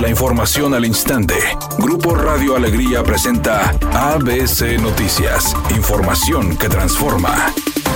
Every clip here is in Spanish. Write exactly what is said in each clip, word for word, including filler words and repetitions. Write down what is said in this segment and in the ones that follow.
La información al instante. Grupo Radio Alegría presenta A B C Noticias. Información que transforma.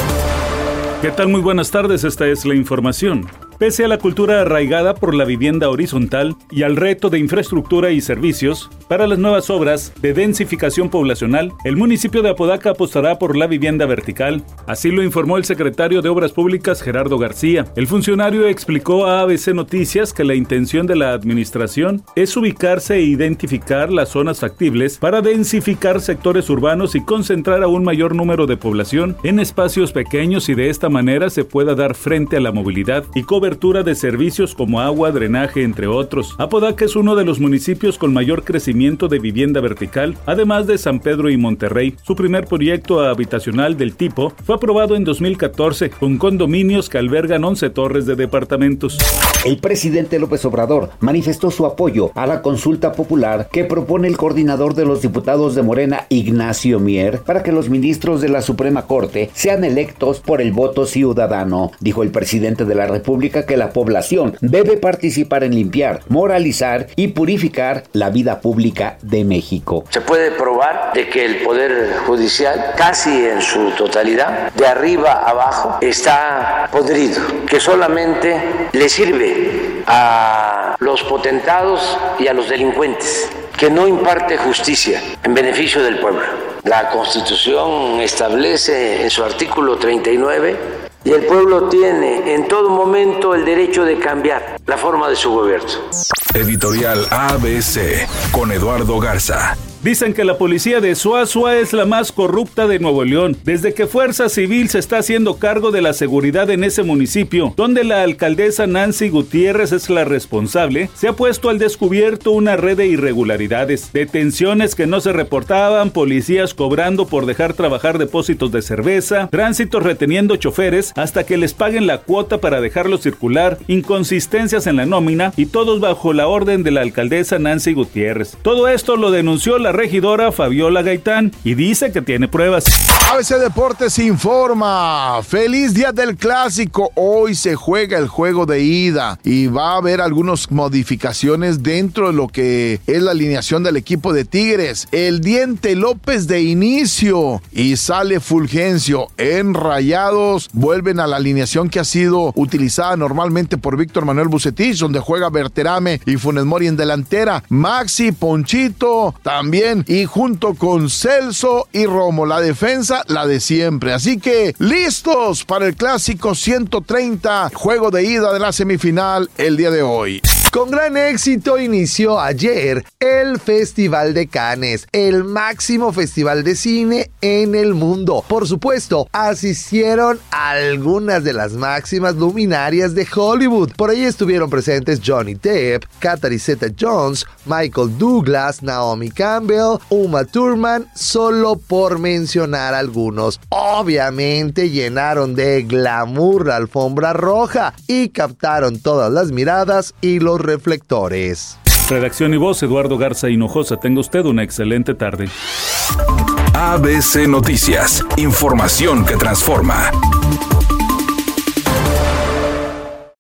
¿Qué tal? Muy buenas tardes, esta es la información. Pese a la cultura arraigada por la vivienda horizontal y al reto de infraestructura y servicios, para las nuevas obras de densificación poblacional, el municipio de Apodaca apostará por la vivienda vertical. Así lo informó el secretario de Obras Públicas, Gerardo García. El funcionario explicó a A B C Noticias que la intención de la administración es ubicarse e identificar las zonas factibles para densificar sectores urbanos y concentrar a un mayor número de población en espacios pequeños y de esta manera se pueda dar frente a la movilidad y cobertura de servicios como agua, drenaje, entre otros. Apodaca es uno de los municipios con mayor crecimiento de vivienda vertical, además de San Pedro y Monterrey. Su primer proyecto habitacional del tipo fue aprobado en dos mil catorce, con condominios que albergan once torres de departamentos. El presidente López Obrador manifestó su apoyo a la consulta popular que propone el coordinador de los diputados de Morena, Ignacio Mier, para que los ministros de la Suprema Corte sean electos por el voto ciudadano. Dijo el presidente de la República que la población debe participar en limpiar, moralizar y purificar la vida pública de México. Se puede probar de que el Poder Judicial, casi en su totalidad, de arriba a abajo, está podrido, que solamente le sirve a los potentados y a los delincuentes, que no imparte justicia en beneficio del pueblo. La Constitución establece en su artículo treinta y nueve y el pueblo tiene en todo momento el derecho de cambiar la forma de su gobierno. Editorial A B C con Eduardo Garza. Dicen que la policía de Suazua es la más corrupta de Nuevo León, desde que Fuerza Civil se está haciendo cargo de la seguridad en ese municipio, donde la alcaldesa Nancy Gutiérrez es la responsable. Se ha puesto al descubierto una red de irregularidades, detenciones que no se reportaban, policías cobrando por dejar trabajar depósitos de cerveza, tránsitos reteniendo choferes hasta que les paguen la cuota para dejarlos circular, inconsistencias en la nómina y todos bajo la orden de la alcaldesa Nancy Gutiérrez. Todo esto lo denunció la La regidora Fabiola Gaitán y dice que tiene pruebas. A B C Deportes informa. Feliz día del clásico. Hoy se juega el juego de ida y va a haber algunas modificaciones dentro de lo que es la alineación del equipo de Tigres. El Diente López de inicio y sale Fulgencio. En Rayados vuelven a la alineación que ha sido utilizada normalmente por Víctor Manuel Bucetich, donde juega Berterame y Funes Mori en delantera. Maxi, Ponchito también. Y junto con Celso y Romo, la defensa, la de siempre. Así que listos para el clásico ciento treinta, juego de ida de la semifinal el día de hoy. Con gran éxito inició ayer el Festival de Cannes, el máximo festival de cine en el mundo. Por supuesto, asistieron algunas de las máximas luminarias de Hollywood. Por ahí estuvieron presentes Johnny Depp, Catherine Zeta-Jones, Michael Douglas, Naomi Campbell, Uma Thurman, solo por mencionar algunos. Obviamente llenaron de glamour la alfombra roja y captaron todas las miradas y los reflectores. Redacción y voz, Eduardo Garza Hinojosa. Tenga usted una excelente tarde. A B C Noticias. Información que transforma.